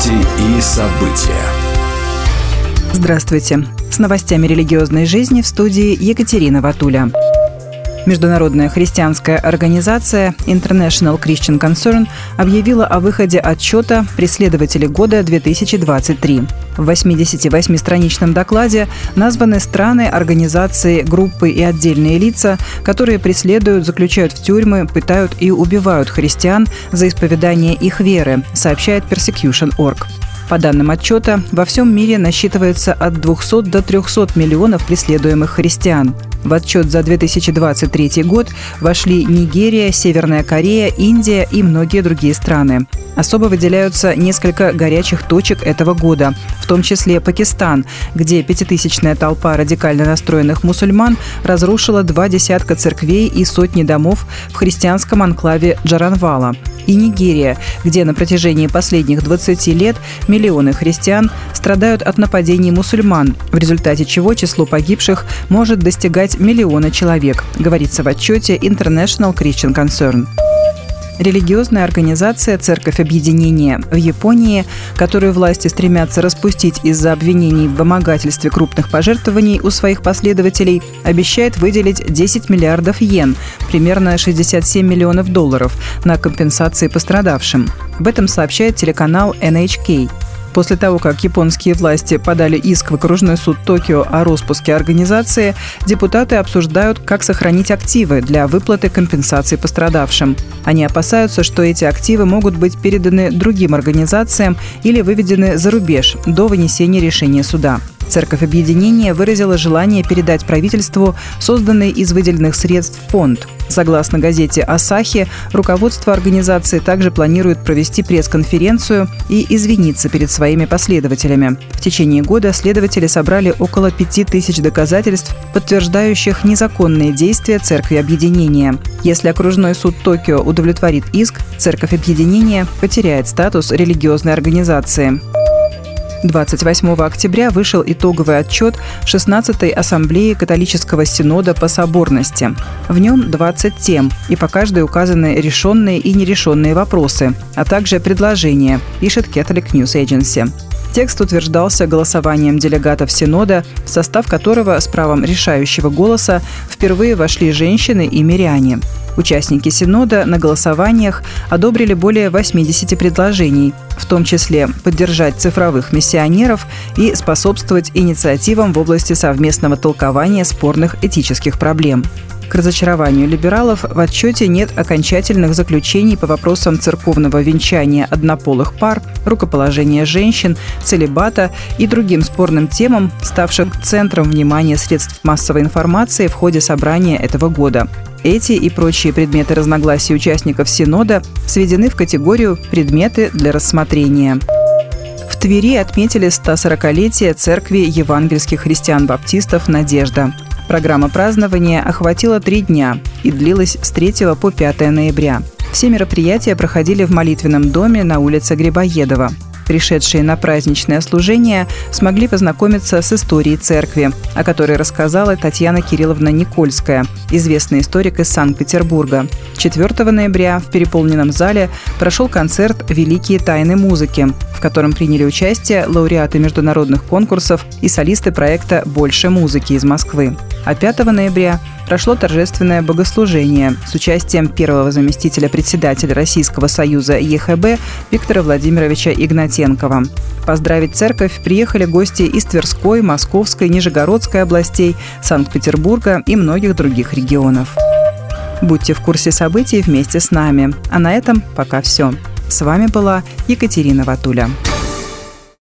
Новости и события. Здравствуйте. С новостями религиозной жизни в студии Екатерина Ватуля. Международная христианская организация International Christian Concern объявила о выходе отчета «Преследователи года 2023». В 88-страничном докладе названы страны, организации, группы и отдельные лица, которые преследуют, заключают в тюрьмы, пытают и убивают христиан за исповедание их веры, сообщает Persecution.org. По данным отчета, во всем мире насчитывается от 200 до 300 миллионов преследуемых христиан. В отчет за 2023 год вошли Нигерия, Северная Корея, Индия и многие другие страны. Особо выделяются несколько горячих точек этого года, в том числе Пакистан, где пятитысячная толпа радикально настроенных мусульман разрушила 20 церквей и сотни домов в христианском анклаве Джаранвала, и Нигерия, где на протяжении последних 20 лет миллионы христиан страдают от нападений мусульман, в результате чего число погибших может достигать миллиона человек, говорится в отчете International Christian Concern. Религиозная организация «Церковь Объединения» в Японии, которую власти стремятся распустить из-за обвинений в вымогательстве крупных пожертвований у своих последователей, обещает выделить 10 миллиардов йен, примерно $67 миллионов, на компенсации пострадавшим. Об этом сообщает телеканал NHK. После того, как японские власти подали иск в окружной суд Токио о распуске организации, депутаты обсуждают, как сохранить активы для выплаты компенсаций пострадавшим. Они опасаются, что эти активы могут быть переданы другим организациям или выведены за рубеж до вынесения решения суда. Церковь Объединения выразила желание передать правительству созданный из выделенных средств фонд. Согласно газете «Асахи», руководство организации также планирует провести пресс-конференцию и извиниться перед своими последователями. В течение года следователи собрали около 5000 доказательств, подтверждающих незаконные действия Церкви Объединения. Если окружной суд Токио удовлетворит иск, Церковь Объединения потеряет статус религиозной организации. 28 октября вышел итоговый отчет 16-й Ассамблеи Католического Синода по соборности. В нем 20 тем, и по каждой указаны решенные и нерешенные вопросы, а также предложения, пишет Catholic News Agency. Текст утверждался голосованием делегатов Синода, в состав которого с правом решающего голоса впервые вошли женщины и миряне. Участники Синода на голосованиях одобрили более 80 предложений, в том числе поддержать цифровых миссионеров и способствовать инициативам в области совместного толкования спорных этических проблем. К разочарованию либералов в отчете нет окончательных заключений по вопросам церковного венчания однополых пар, рукоположения женщин, целибата и другим спорным темам, ставшим центром внимания средств массовой информации в ходе собрания этого года. Эти и прочие предметы разногласий участников Синода сведены в категорию «предметы для рассмотрения». В Твери отметили 140-летие Церкви евангельских христиан-баптистов «Надежда». Программа празднования охватила 3 дня и длилась с 3 по 5 ноября. Все мероприятия проходили в молитвенном доме на улице Грибоедова. Пришедшие на праздничное служение смогли познакомиться с историей церкви, о которой рассказала Татьяна Кирилловна Никольская, известный историк из Санкт-Петербурга. 4 ноября в переполненном зале прошел концерт «Великие тайны музыки», в котором приняли участие лауреаты международных конкурсов и солисты проекта «Больше музыки» из Москвы. А 5 ноября прошло торжественное богослужение с участием первого заместителя председателя Российского союза ЕХБ Виктора Владимировича Игнатенкова. Поздравить церковь приехали гости из Тверской, Московской, Нижегородской областей, Санкт-Петербурга и многих других регионов. Будьте в курсе событий вместе с нами. А на этом пока все. С вами была Екатерина Ватуля.